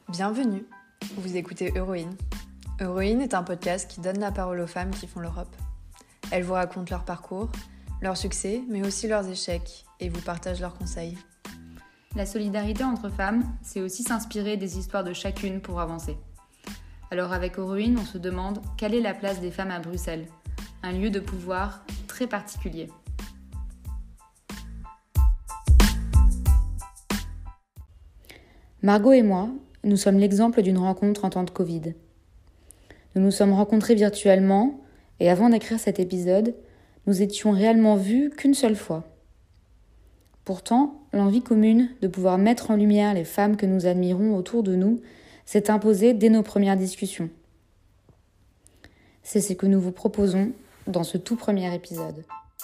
Bienvenue, vous écoutez Héroïne. Héroïne est un podcast qui donne la parole aux femmes qui font l'Europe. Elles vous racontent leur parcours, leurs succès, mais aussi leurs échecs, et vous partagent leurs conseils. La solidarité entre femmes, c'est aussi s'inspirer des histoires de chacune pour avancer. Alors avec Héroïne, on se demande quelle est la place des femmes à Bruxelles, un lieu de pouvoir très particulier. Margot et moi, nous sommes l'exemple d'une rencontre en temps de Covid. Nous nous sommes rencontrés virtuellement et avant d'écrire cet épisode, nous étions réellement vus qu'une seule fois. Pourtant, l'envie commune de pouvoir mettre en lumière les femmes que nous admirons autour de nous s'est imposée dès nos premières discussions. C'est ce que nous vous proposons dans ce tout premier épisode.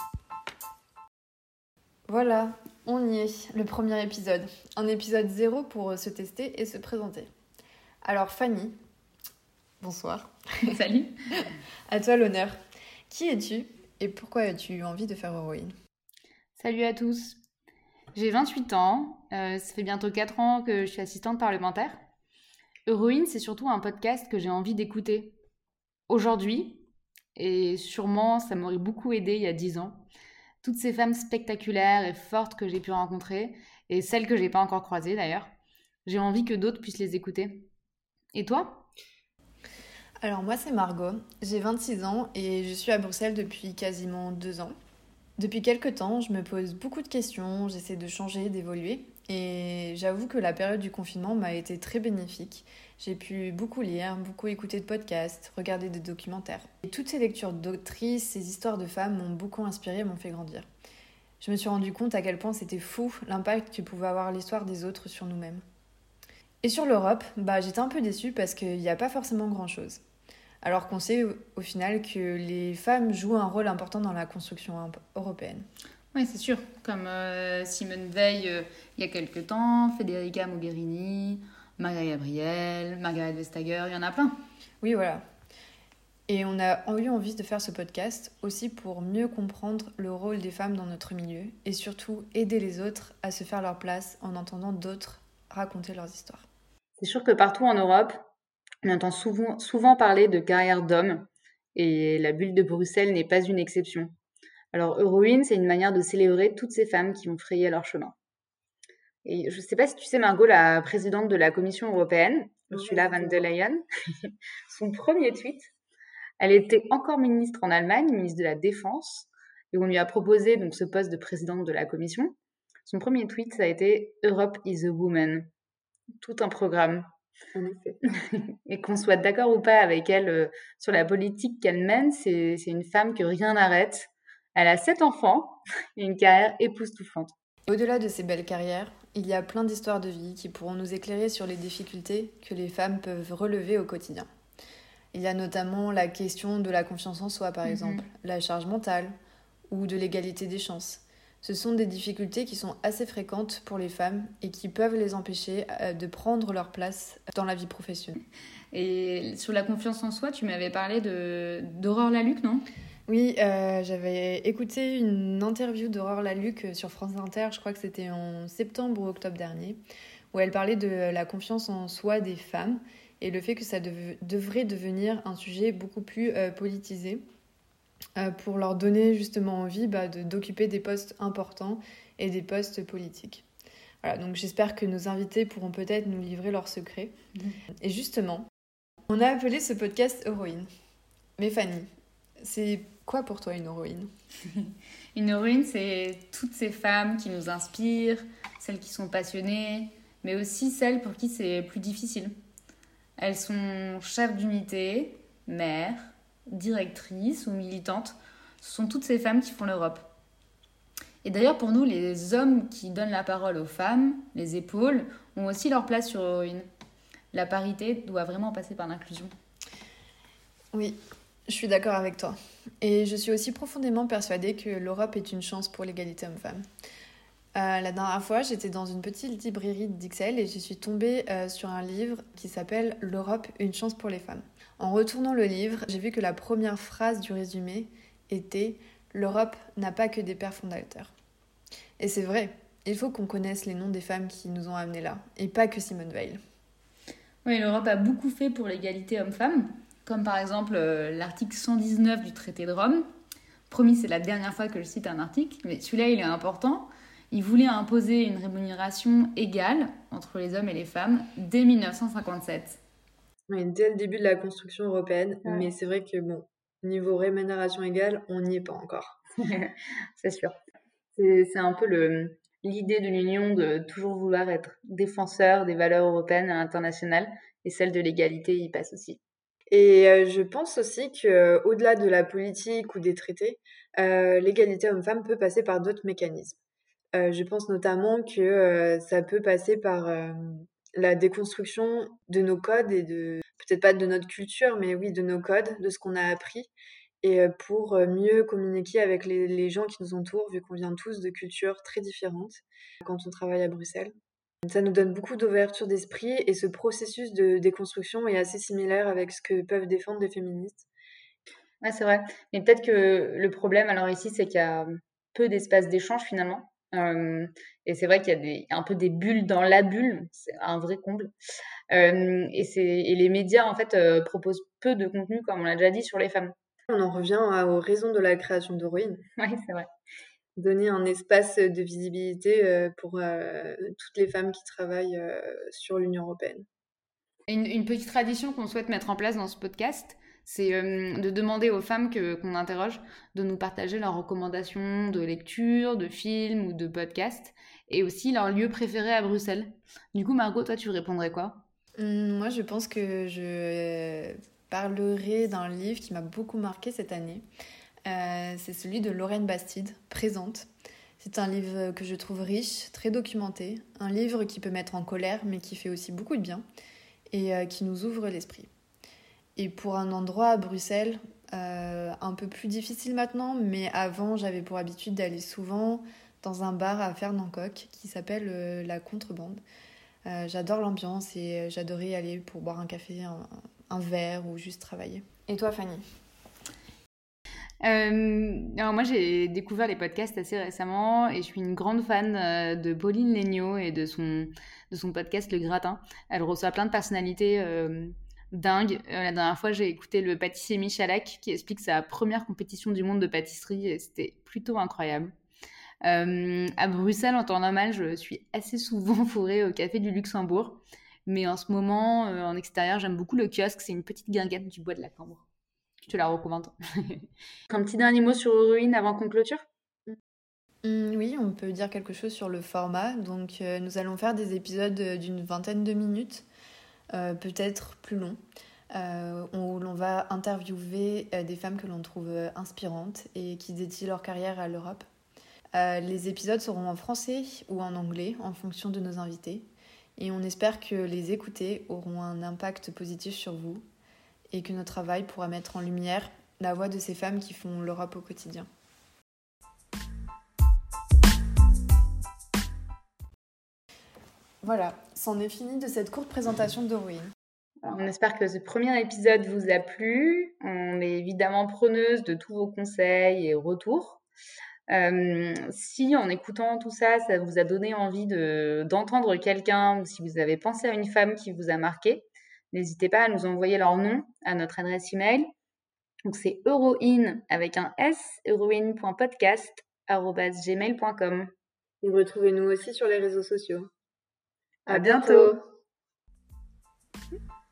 Voilà, on y est, le premier épisode. Un épisode 0 pour se tester et se présenter. Alors Fanny, bonsoir. Salut. À toi l'honneur. Qui es-tu et pourquoi as-tu eu envie de faire Héroïne ? Salut à tous. J'ai 28 ans, ça fait bientôt 4 ans que je suis assistante parlementaire. Héroïne, c'est surtout un podcast que j'ai envie d'écouter aujourd'hui, et sûrement ça m'aurait beaucoup aidé il y a 10 ans. Toutes ces femmes spectaculaires et fortes que j'ai pu rencontrer, et celles que j'ai pas encore croisées d'ailleurs, j'ai envie que d'autres puissent les écouter. Et toi ? Alors moi c'est Margot, j'ai 26 ans et je suis à Bruxelles depuis quasiment 2 ans. Depuis quelques temps, je me pose beaucoup de questions, j'essaie de changer, d'évoluer. Et j'avoue que la période du confinement m'a été très bénéfique. J'ai pu beaucoup lire, beaucoup écouter de podcasts, regarder des documentaires. Et toutes ces lectures d'autrices, ces histoires de femmes m'ont beaucoup inspirée et m'ont fait grandir. Je me suis rendu compte à quel point c'était fou l'impact que pouvait avoir l'histoire des autres sur nous-mêmes. Et sur l'Europe, j'étais un peu déçue parce qu'il n'y a pas forcément grand-chose. Alors qu'on sait au final que les femmes jouent un rôle important dans la construction européenne. Oui, c'est sûr. Comme Simone Veil il y a quelques temps, Federica Mogherini, Maria Gabriel, Margaret Vestager, il y en a plein. Oui, voilà. Et on a eu envie de faire ce podcast aussi pour mieux comprendre le rôle des femmes dans notre milieu et surtout aider les autres à se faire leur place en entendant d'autres raconter leurs histoires. C'est sûr que partout en Europe, on entend souvent parler de carrière d'hommes et la bulle de Bruxelles n'est pas une exception. Alors Héroïne, c'est une manière de célébrer toutes ces femmes qui ont frayé leur chemin. Et je ne sais pas si tu sais Margot, la présidente de la Commission européenne, Ursula von der Leyen, son premier tweet, elle était encore ministre en Allemagne, ministre de la Défense, et on lui a proposé donc ce poste de présidente de la Commission. Son premier tweet, ça a été « Europe is a woman ». Tout un programme. En effet. Et qu'on soit d'accord ou pas avec elle sur la politique qu'elle mène, c'est une femme que rien n'arrête. Elle a 7 enfants et une carrière époustouflante. Au-delà de ces belles carrières, il y a plein d'histoires de vie qui pourront nous éclairer sur les difficultés que les femmes peuvent relever au quotidien. Il y a notamment la question de la confiance en soi, par exemple, la charge mentale ou de l'égalité des chances. Ce sont des difficultés qui sont assez fréquentes pour les femmes et qui peuvent les empêcher de prendre leur place dans la vie professionnelle. Et sur la confiance en soi, tu m'avais parlé d'Aurore Lalucq, non ? Oui, j'avais écouté une interview d'Aurore Lalucq sur France Inter, je crois que c'était en septembre ou octobre dernier, où elle parlait de la confiance en soi des femmes et le fait que ça devrait devenir un sujet beaucoup plus politisé pour leur donner justement envie d'occuper des postes importants et des postes politiques. Voilà, donc j'espère que nos invités pourront peut-être nous livrer leurs secrets. Et justement, on a appelé ce podcast Héroïne. Mais Fanny, c'est quoi pour toi une héroïne ? Une héroïne, c'est toutes ces femmes qui nous inspirent, celles qui sont passionnées, mais aussi celles pour qui c'est plus difficile. Elles sont chefs d'unité, mères, directrices ou militantes. Ce sont toutes ces femmes qui font l'Europe. Et d'ailleurs, pour nous, les hommes qui donnent la parole aux femmes, les épaules, ont aussi leur place sur Héroïne. La parité doit vraiment passer par l'inclusion. Oui, je suis d'accord avec toi. Et je suis aussi profondément persuadée que l'Europe est une chance pour l'égalité homme-femme. La dernière fois, j'étais dans une petite librairie d'Ixelles et je suis tombée sur un livre qui s'appelle « L'Europe, une chance pour les femmes ». En retournant le livre, j'ai vu que la première phrase du résumé était « L'Europe n'a pas que des pères fondateurs ». Et c'est vrai, il faut qu'on connaisse les noms des femmes qui nous ont amenés là, et pas que Simone Veil. Oui, l'Europe a beaucoup fait pour l'égalité homme-femme, comme par exemple l'article 119 du traité de Rome. Promis, c'est la dernière fois que je cite un article, mais celui-là, il est important. Il voulait imposer une rémunération égale entre les hommes et les femmes dès 1957. Oui, dès le début de la construction européenne, Ouais. mais c'est vrai que bon, niveau rémunération égale, on n'y est pas encore. C'est sûr. C'est un peu l'idée de l'Union de toujours vouloir être défenseur des valeurs européennes et internationales, et celle de l'égalité y passe aussi. Et je pense aussi que au-delà de la politique ou des traités, l'égalité homme-femme peut passer par d'autres mécanismes. Je pense notamment que ça peut passer par la déconstruction de nos codes et de peut-être pas de notre culture, mais oui de nos codes, de ce qu'on a appris, et pour mieux communiquer avec les gens qui nous entourent, vu qu'on vient tous de cultures très différentes quand on travaille à Bruxelles. Ça nous donne beaucoup d'ouverture d'esprit et ce processus de déconstruction est assez similaire avec ce que peuvent défendre les féministes. Ouais, c'est vrai. Mais peut-être que le problème, alors ici, c'est qu'il y a peu d'espace d'échange finalement. Et c'est vrai qu'il y a un peu des bulles dans la bulle, c'est un vrai comble. Et les médias, en fait, proposent peu de contenu, comme on l'a déjà dit, sur les femmes. On en revient aux raisons de la création d'Heroine. Oui, c'est vrai. Donner un espace de visibilité pour toutes les femmes qui travaillent sur l'Union européenne. Une petite tradition qu'on souhaite mettre en place dans ce podcast, c'est de demander aux femmes qu'on interroge de nous partager leurs recommandations de lecture, de films ou de podcasts, et aussi leur lieu préféré à Bruxelles. Du coup, Margot, toi, tu répondrais quoi? Moi, je pense que je parlerai d'un livre qui m'a beaucoup marqué cette année. C'est celui de Lorraine Bastide, Présente. C'est un livre que je trouve riche, très documenté, un livre qui peut mettre en colère, mais qui fait aussi beaucoup de bien, et qui nous ouvre l'esprit. Et pour un endroit à Bruxelles, un peu plus difficile maintenant, mais avant j'avais pour habitude d'aller souvent dans un bar à Fernand-Coq qui s'appelle La Contrebande. J'adore l'ambiance et j'adorais y aller pour boire un café, un verre ou juste travailler. Et toi, Fanny? Alors moi, j'ai découvert les podcasts assez récemment et je suis une grande fan de Pauline Léniaud et de son podcast Le Gratin. Elle reçoit plein de personnalités dingues. La dernière fois, j'ai écouté le pâtissier Michalak qui explique sa première compétition du monde de pâtisserie et c'était plutôt incroyable. À Bruxelles, en temps normal, je suis assez souvent fourrée au Café du Luxembourg. Mais en ce moment, en extérieur, j'aime beaucoup le kiosque. C'est une petite guinguette du bois de la Cambre. Je te la recommande. Un petit dernier mot sur Ruine avant qu'on clôture? Oui, on peut dire quelque chose sur le format. Donc, nous allons faire des épisodes d'une vingtaine de minutes, peut-être plus longs, où l'on va interviewer des femmes que l'on trouve inspirantes et qui dédient leur carrière à l'Europe. Les épisodes seront en français ou en anglais en fonction de nos invités. Et on espère que les écouter auront un impact positif sur vous et que notre travail pourra mettre en lumière la voix de ces femmes qui font l'Europe au quotidien. Voilà, c'en est fini de cette courte présentation d'Heroine. On espère que ce premier épisode vous a plu. On est évidemment preneuse de tous vos conseils et retours. Si en écoutant tout ça, ça vous a donné envie d'entendre quelqu'un ou si vous avez pensé à une femme qui vous a marqué, n'hésitez pas à nous envoyer leur nom à notre adresse email. Donc c'est Heroine avec un S, heroine.podcast@gmail.com. Et retrouvez-nous aussi sur les réseaux sociaux. À bientôt.